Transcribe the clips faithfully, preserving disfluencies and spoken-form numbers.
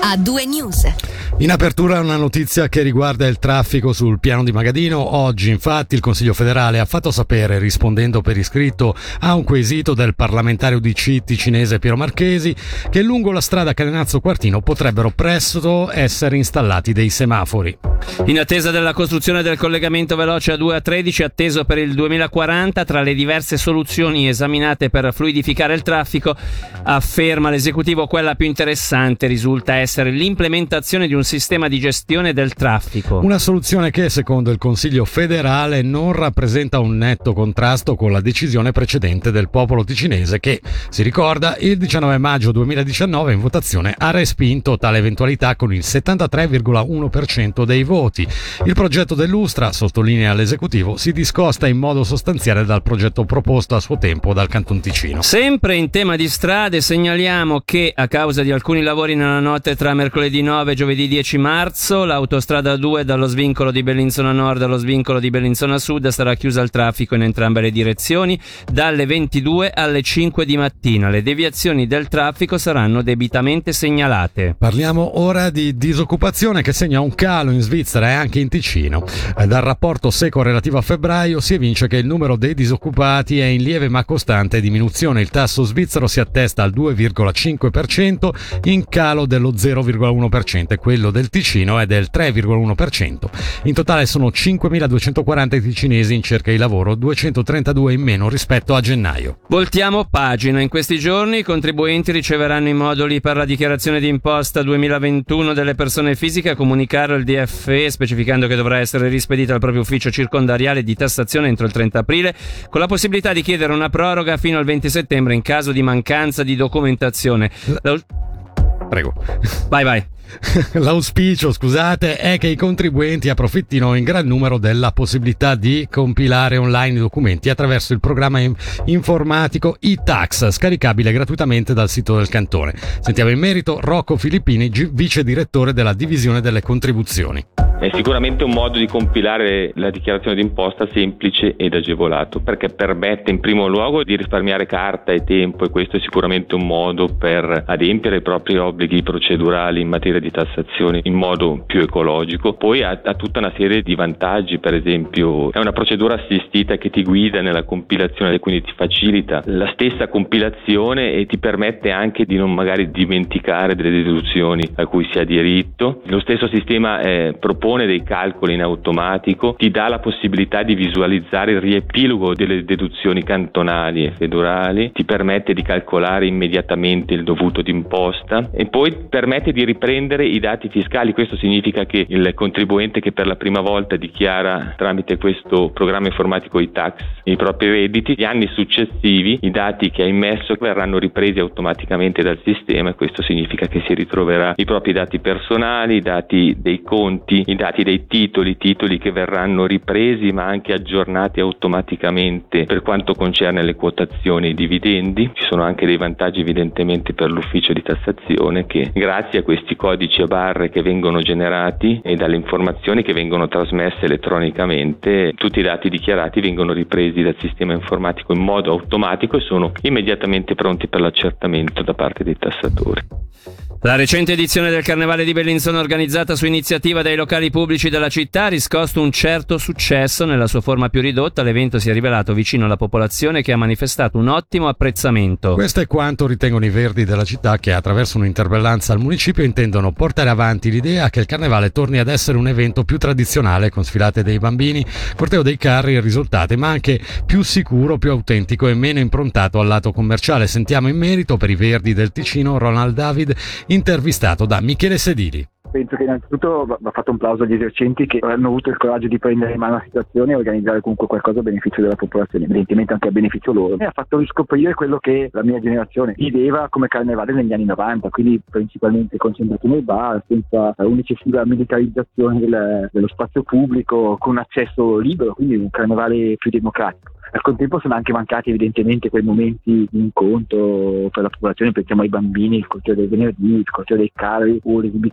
A due News. In apertura una notizia che riguarda il traffico sul piano di Magadino. Oggi infatti il Consiglio federale ha fatto sapere, rispondendo per iscritto a un quesito del parlamentare U D C ticinese Piero Marchesi, che lungo la strada Calenazzo-Quartino potrebbero presto essere installati dei semafori. In attesa della costruzione del collegamento veloce A due A tredici atteso per il duemilaquaranta, tra le diverse soluzioni esaminate per fluidificare il traffico, afferma l'esecutivo, quella più interessante risulta essere l'implementazione di un sistema di gestione del traffico. Una soluzione che, secondo il Consiglio federale, non rappresenta un netto contrasto con la decisione precedente del popolo ticinese che, si ricorda, il diciannove maggio duemiladiciannove in votazione ha respinto tale eventualità con il settantatré virgola uno per cento dei voti. Il progetto dell'Ustra, sottolinea l'esecutivo, si discosta in modo sostanziale dal progetto proposto a suo tempo dal Canton Ticino. Sempre in tema di strade, segnaliamo che a causa di alcuni lavori nella notte tra mercoledì nove e giovedì dieci marzo, l'autostrada due dallo svincolo di Bellinzona Nord allo svincolo di Bellinzona Sud sarà chiusa al traffico in entrambe le direzioni dalle ventidue alle cinque di mattina. Le deviazioni del traffico saranno debitamente segnalate. Parliamo ora di disoccupazione che segna un calo in Svizzera e anche in Ticino. Dal rapporto SECO relativo a febbraio si evince che il numero dei disoccupati è in lieve ma costante diminuzione. Il tasso svizzero si attesta al due virgola cinque per cento, in calo dello zero virgola uno per cento, e quello del Ticino è del tre virgola uno per cento. In totale sono cinquemiladuecentoquaranta i ticinesi in cerca di lavoro, duecentotrentadue in meno rispetto a gennaio. Voltiamo pagina. In questi giorni i contribuenti riceveranno i moduli per la dichiarazione di imposta duemilaventuno delle persone fisiche a comunicare il D F E, specificando che dovrà essere rispedita al proprio ufficio circondariale di tassazione entro il trenta aprile, con la possibilità di chiedere una proroga fino al venti settembre in caso di mancanza di documentazione. La... Prego. Vai, vai. L'auspicio, scusate, è che i contribuenti approfittino in gran numero della possibilità di compilare online i documenti attraverso il programma informatico e-Tax, scaricabile gratuitamente dal sito del cantone. Sentiamo in merito Rocco Filippini, vice direttore della divisione delle contribuzioni. È sicuramente un modo di compilare la dichiarazione d'imposta semplice ed agevolato, perché permette in primo luogo di risparmiare carta e tempo, e questo è sicuramente un modo per adempiere ai propri obblighi procedurali in materia di tassazione in modo più ecologico. Poi ha, ha tutta una serie di vantaggi, per esempio è una procedura assistita che ti guida nella compilazione, quindi ti facilita la stessa compilazione e ti permette anche di non magari dimenticare delle deduzioni a cui si ha diritto. Lo stesso sistema eh, propone dei calcoli in automatico, ti dà la possibilità di visualizzare il riepilogo delle deduzioni cantonali e federali, ti permette di calcolare immediatamente il dovuto d'imposta e poi permette di riprendere i dati fiscali. Questo significa che il contribuente che per la prima volta dichiara tramite questo programma informatico e-Tax i propri redditi, gli anni successivi i dati che ha immesso verranno ripresi automaticamente dal sistema, e questo significa che si ritroverà i propri dati personali, i dati dei conti, i dati dei titoli, titoli che verranno ripresi ma anche aggiornati automaticamente per quanto concerne le quotazioni e i dividendi. Ci sono anche dei vantaggi evidentemente per l'ufficio di tassazione, che grazie a questi codici a barre che vengono generati e dalle informazioni che vengono trasmesse elettronicamente, tutti i dati dichiarati vengono ripresi dal sistema informatico in modo automatico e sono immediatamente pronti per l'accertamento da parte dei tassatori. La recente edizione del Carnevale di Bellinzona, organizzata su iniziativa dei locali pubblici della città, ha riscosso un certo successo. Nella sua forma più ridotta, l'evento si è rivelato vicino alla popolazione, che ha manifestato un ottimo apprezzamento. Questo è quanto ritengono i Verdi della città, che attraverso un'interpellanza al municipio intendono portare avanti l'idea che il Carnevale torni ad essere un evento più tradizionale, con sfilate dei bambini, corteo dei carri e risultati, ma anche più sicuro, più autentico e meno improntato al lato commerciale. Sentiamo in merito per i Verdi del Ticino Ronald David, intervistato da Michele Sedili. Penso che innanzitutto va fatto un plauso agli esercenti che hanno avuto il coraggio di prendere in mano la situazione e organizzare comunque qualcosa a beneficio della popolazione, evidentemente anche a beneficio loro, e ha fatto riscoprire quello che la mia generazione viveva come carnevale negli anni novanta, quindi principalmente concentrato nei bar, senza un'eccessiva militarizzazione del, dello spazio pubblico, con accesso libero, quindi un carnevale più democratico. Al contempo sono anche mancati evidentemente quei momenti di incontro per la popolazione, pensiamo ai bambini, il corteo del venerdì, il corteo dei carri o l'esibizione delle gure.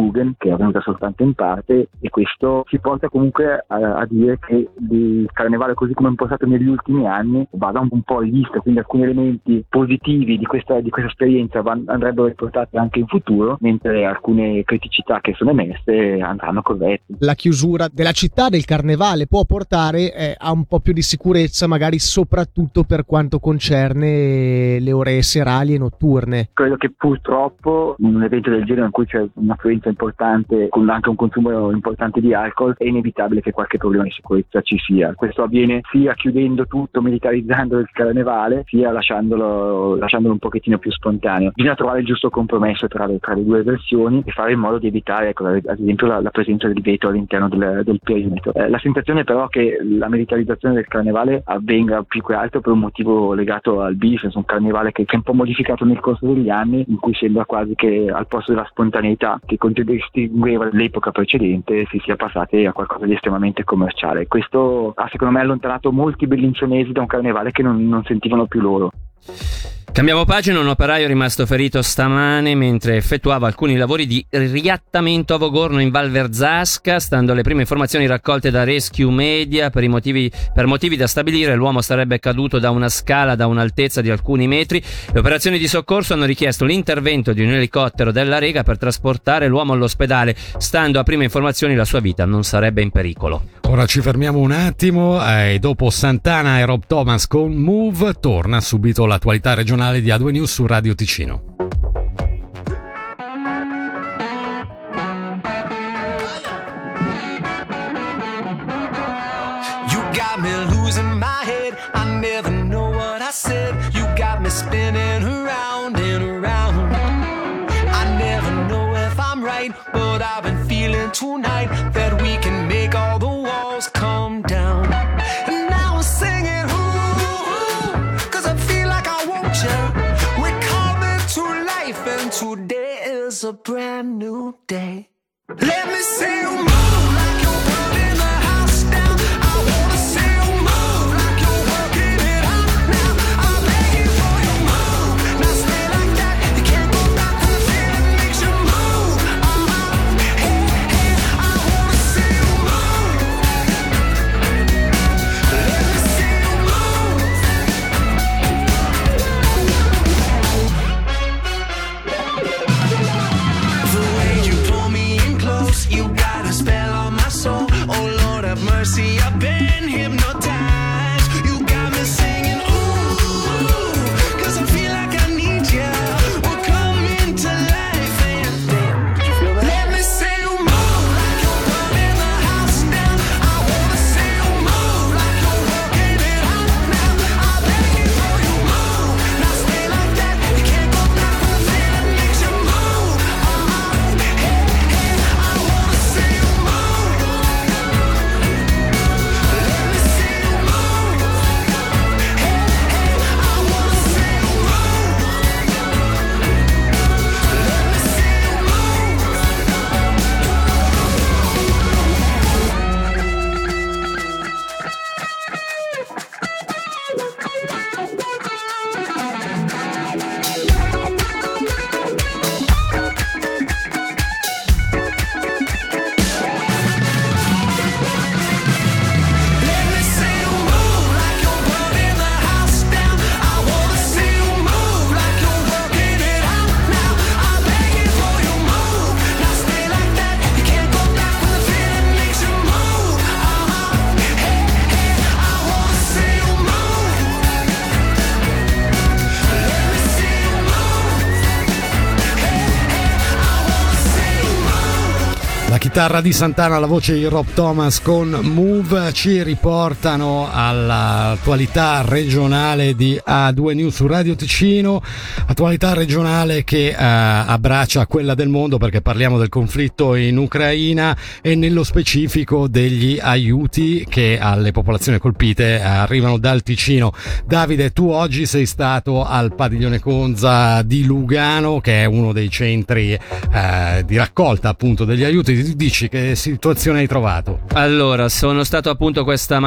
Jugend, che è avvenuta soltanto in parte, e questo ci porta comunque a, a dire che il carnevale, così come è impostato negli ultimi anni, vada un, un po' rivisto, quindi alcuni elementi positivi di questa, di questa esperienza van, andrebbero riportati anche in futuro, mentre alcune criticità che sono emerse andranno corrette. La chiusura della città del carnevale può portare eh, a un po' più di sicurezza, magari soprattutto per quanto concerne le ore serali e notturne. Credo che purtroppo in un evento del genere in cui c'è un'affluenza importante, con anche un consumo importante di alcol, è inevitabile che qualche problema di sicurezza ci sia. Questo avviene sia chiudendo tutto, militarizzando il carnevale, sia lasciandolo, lasciandolo un pochettino più spontaneo. Bisogna trovare il giusto compromesso tra le, tra le due versioni e fare in modo di evitare, ecco, ad esempio la, la presenza del vetro all'interno del, del perimetro. Eh, la sensazione però che la militarizzazione del carnevale avvenga più che altro per un motivo legato al business, un carnevale che, che è un po' modificato nel corso degli anni, in cui sembra quasi che al posto della spontaneità che contraddistingueva l'epoca precedente si sia passati a qualcosa di estremamente commerciale. Questo ha secondo me allontanato molti bellinzonesi da un carnevale che non, non sentivano più loro. Cambiamo pagina. Un operaio è rimasto ferito stamane mentre effettuava alcuni lavori di riattamento a Vogorno in Val Verzasca. Stando alle prime informazioni raccolte da Rescue Media, per, i motivi, per motivi da stabilire, l'uomo sarebbe caduto da una scala da un'altezza di alcuni metri. Le operazioni di soccorso hanno richiesto l'intervento di un elicottero della Rega per trasportare l'uomo all'ospedale. Stando a prime informazioni, la sua vita non sarebbe in pericolo. Ora ci fermiamo un attimo e dopo Santana e Rob Thomas con Move torna subito l'attualità regionale di A due News su Radio Ticino. You got me losing my head. I never know what I said. You got me spinning around and around. I never know if I'm right, but I've been feeling tonight that we can make all the walls come down. And now I'm singing ooh, cause I feel like I want you. We're coming to life and today is a brand new day. Let me see you move like you're burning the house down. I wanna see you move like you're working it out now. I'm begging for you move. Now stay like that. You can't go back to the feeling makes you move. Uh-huh. Hey, hey, I wanna see you move. Let me see you move. The way you pull me in close, you got a spell on my soul. Oh Lord have mercy, I've been hypnotized. You got me singing ooh, cause I feel like I need you. We're coming to life and then let me see you move like you're burning the house down. I wanna see you move like you're working it out now. I'm begging for you move. Now stay like that. You can't go back to the feeling makes you move. Uh-huh. Hey, hey, I wanna see you move. Let me see you move. Hey, hey, I wanna see you move. Let me see you move. Let me see you move like you're burning the house down. I wanna see you move like you're working it out now. I'm begging for you move. Now stay like that. You can't go back when the feeling makes you move. Uh-huh. Hey, hey, I wanna see you move. Let me see you move. Hey, hey, I wanna see you move. La chitarra di Santana, la voce di Rob Thomas con Move ci riportano all'attualità regionale di A due News su Radio Ticino, attualità regionale che eh, abbraccia quella del mondo perché parliamo del conflitto in Ucraina e nello specifico degli aiuti che alle popolazioni colpite arrivano dal Ticino. Davide, tu oggi sei stato al Padiglione Conza di Lugano, che è uno dei centri eh, di raccolta appunto degli aiuti. Di, di dici? Che situazione hai trovato? Allora, sono stato appunto questa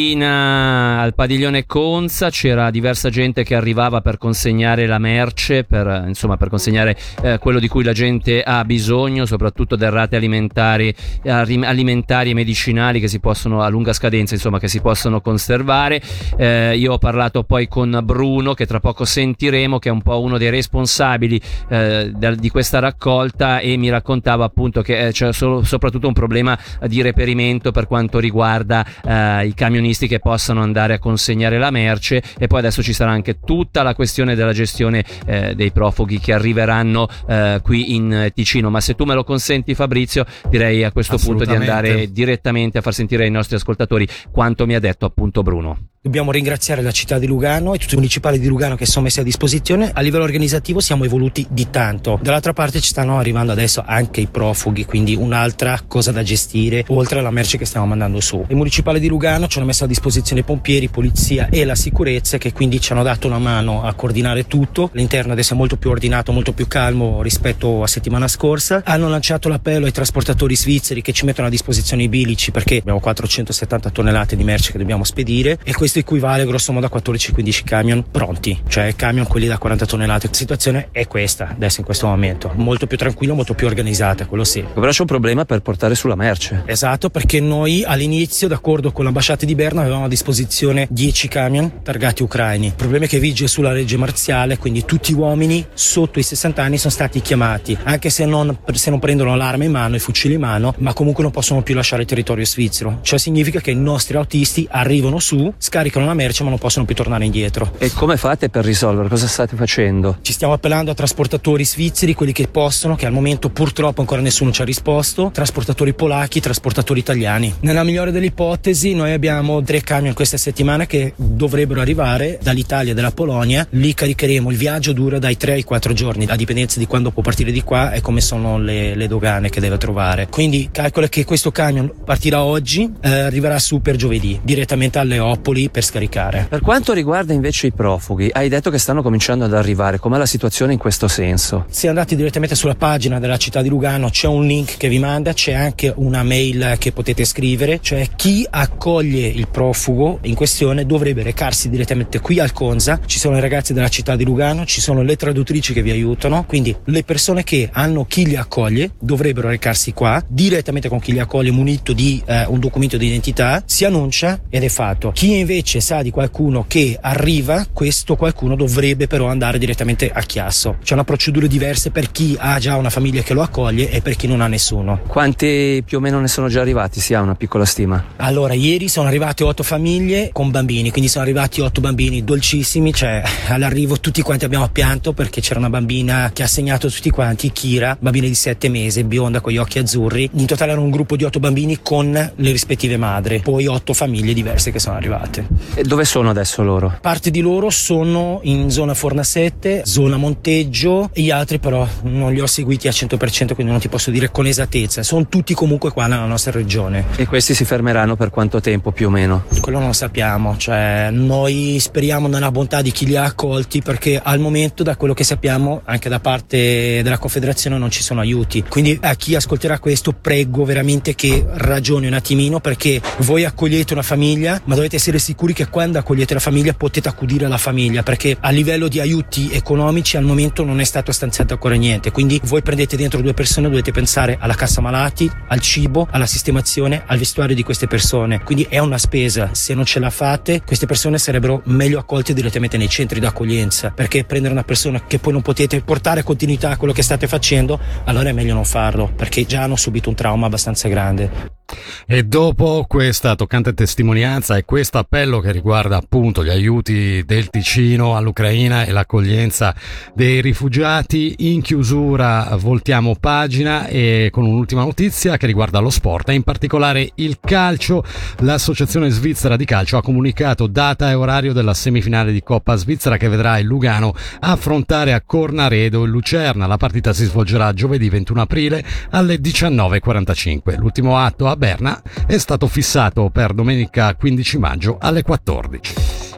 mattina al padiglione Conza, c'era diversa gente che arrivava per consegnare la merce, per insomma per consegnare eh, quello di cui la gente ha bisogno, soprattutto derrate alimentari, alimentari e medicinali che si possono a lunga scadenza, insomma, che si possono conservare. Eh, io ho parlato poi con Bruno, che tra poco sentiremo, che è un po' uno dei responsabili eh, di questa raccolta, e mi raccontava appunto che eh, c'è solo, soprattutto un problema di reperimento per quanto riguarda eh, i camionisti che possano andare a consegnare la merce, e poi adesso ci sarà anche tutta la questione della gestione eh, dei profughi che arriveranno eh, qui in Ticino. Ma se tu me lo consenti, Fabrizio, direi a questo punto di andare direttamente a far sentire ai nostri ascoltatori quanto mi ha detto appunto Bruno. Dobbiamo ringraziare la città di Lugano e tutti i municipali di Lugano che sono messi a disposizione. A livello organizzativo siamo evoluti di tanto. Dall'altra parte ci stanno arrivando adesso anche i profughi, quindi un'altra cosa da gestire oltre alla merce che stiamo mandando su. I municipali di Lugano ci hanno messo a disposizione i pompieri, polizia e la sicurezza, che quindi ci hanno dato una mano a coordinare tutto. L'interno adesso è molto più ordinato, molto più calmo rispetto a settimana scorsa. Hanno lanciato l'appello ai trasportatori svizzeri che ci mettono a disposizione i bilici, perché abbiamo quattrocentosettanta tonnellate di merce che dobbiamo spedire, e questo equivale grosso modo a quattordici quindici camion pronti, cioè camion quelli da quaranta tonnellate. La situazione è questa adesso in questo momento, molto più tranquillo, molto più organizzata, quello sì. Però c'è un problema per portare sulla merce. Esatto, perché noi all'inizio, d'accordo con l'ambasciata di Berna, avevamo a disposizione dieci camion targati ucraini. Il problema è che vige sulla legge marziale, quindi tutti uomini sotto i sessanta anni sono stati chiamati, anche se non, se non prendono l'arma in mano, i fucili in mano, ma comunque non possono più lasciare il territorio svizzero. Cioè significa che i nostri autisti arrivano su, scaricano la merce, ma non possono più tornare indietro. E come fate per risolvere? Cosa state facendo? Ci stiamo appellando a trasportatori svizzeri, quelli che possono, che al momento purtroppo ancora nessuno ci ha risposto, trasportatori polacchi, trasportatori italiani. Nella migliore delle ipotesi noi abbiamo tre camion questa settimana che dovrebbero arrivare dall'Italia e dalla Polonia. Li caricheremo, il viaggio dura dai tre ai quattro giorni, a dipendenza di quando può partire di qua e come sono le, le dogane che deve trovare. Quindi calcola che questo camion partirà oggi, eh, arriverà su per giovedì direttamente a Leopoli per scaricare. Per quanto riguarda invece i profughi, hai detto che stanno cominciando ad arrivare. Com'è la situazione in questo senso? Se andate direttamente sulla pagina della città di Lugano c'è un link che vi manda, c'è anche una mail che potete scrivere, cioè chi accoglie il profugo in questione dovrebbe recarsi direttamente qui al Conza. Ci sono i ragazzi della città di Lugano, ci sono le traduttrici che vi aiutano, quindi le persone che hanno chi li accoglie dovrebbero recarsi qua direttamente con chi li accoglie, munito di eh, un documento di identità, si annuncia ed è fatto. Chi invece sa di qualcuno che arriva, questo qualcuno dovrebbe però andare direttamente a Chiasso. C'è una procedura diversa per chi ha già una famiglia che lo accoglie e per chi non ha nessuno. Quanti più o meno ne sono già arrivati? Si ha una piccola stima? Allora, ieri sono arrivate otto famiglie con bambini, quindi sono arrivati otto bambini dolcissimi, cioè all'arrivo tutti quanti abbiamo pianto perché c'era una bambina che ha segnato tutti quanti, Kira, bambina di sette mesi, bionda con gli occhi azzurri. In totale era un gruppo di otto bambini con le rispettive madri, poi otto famiglie diverse che sono arrivate. E dove sono adesso loro? Parte di loro sono in zona Fornasette, zona Monteggio, e gli altri però non li ho seguiti al cento per cento, quindi non ti posso dire con esattezza. Sono tutti comunque qua nella nostra regione. E questi si fermeranno per quanto tempo più o meno? Quello non lo sappiamo, cioè noi speriamo nella bontà di chi li ha accolti, perché al momento, da quello che sappiamo, anche da parte della Confederazione non ci sono aiuti. Quindi a chi ascolterà questo prego veramente che ragioni un attimino, perché voi accogliete una famiglia, ma dovete essere sicuri che quando accogliete la famiglia potete accudire alla famiglia, perché a livello di aiuti economici al momento non è stato stanziato ancora niente. Quindi voi prendete dentro due persone, dovete pensare alla cassa malati, al cibo, alla sistemazione, al vestuario di queste persone. Quindi è una spesa. Se non ce la fate, queste persone sarebbero meglio accolte direttamente nei centri d'accoglienza, perché prendere una persona che poi non potete portare continuità a quello che state facendo, allora è meglio non farlo, perché già hanno subito un trauma abbastanza grande. E dopo questa toccante testimonianza e questo appello che riguarda appunto gli aiuti del Ticino all'Ucraina e l'accoglienza dei rifugiati, in chiusura voltiamo pagina e con un'ultima notizia che riguarda lo sport e in particolare il calcio. L'associazione svizzera di calcio ha comunicato data e orario della semifinale di Coppa Svizzera che vedrà il Lugano affrontare a Cornaredo il Lucerna. La partita si svolgerà giovedì ventuno aprile alle diciannove e quarantacinque. L'ultimo atto a Berna è stato fissato per domenica quindici maggio alle quattordici.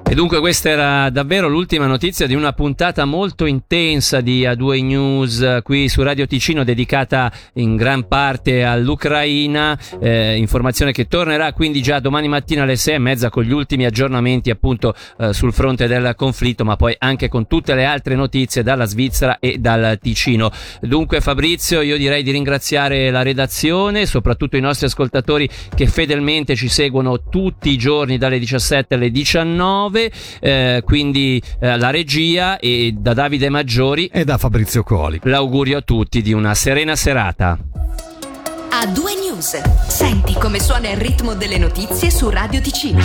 E dunque questa era davvero l'ultima notizia di una puntata molto intensa di A due News qui su Radio Ticino, dedicata in gran parte all'Ucraina, eh, informazione che tornerà quindi già domani mattina alle sei e mezza con gli ultimi aggiornamenti appunto eh, sul fronte del conflitto, ma poi anche con tutte le altre notizie dalla Svizzera e dal Ticino. Dunque Fabrizio, io direi di ringraziare la redazione, soprattutto i nostri ascoltatori che fedelmente ci seguono tutti i giorni dalle diciassette alle diciannove. Eh, quindi eh, la regia, e da Davide Maggiori e da Fabrizio Coli l'augurio a tutti di una serena serata. A due News. Senti come suona il ritmo delle notizie su Radio Ticino.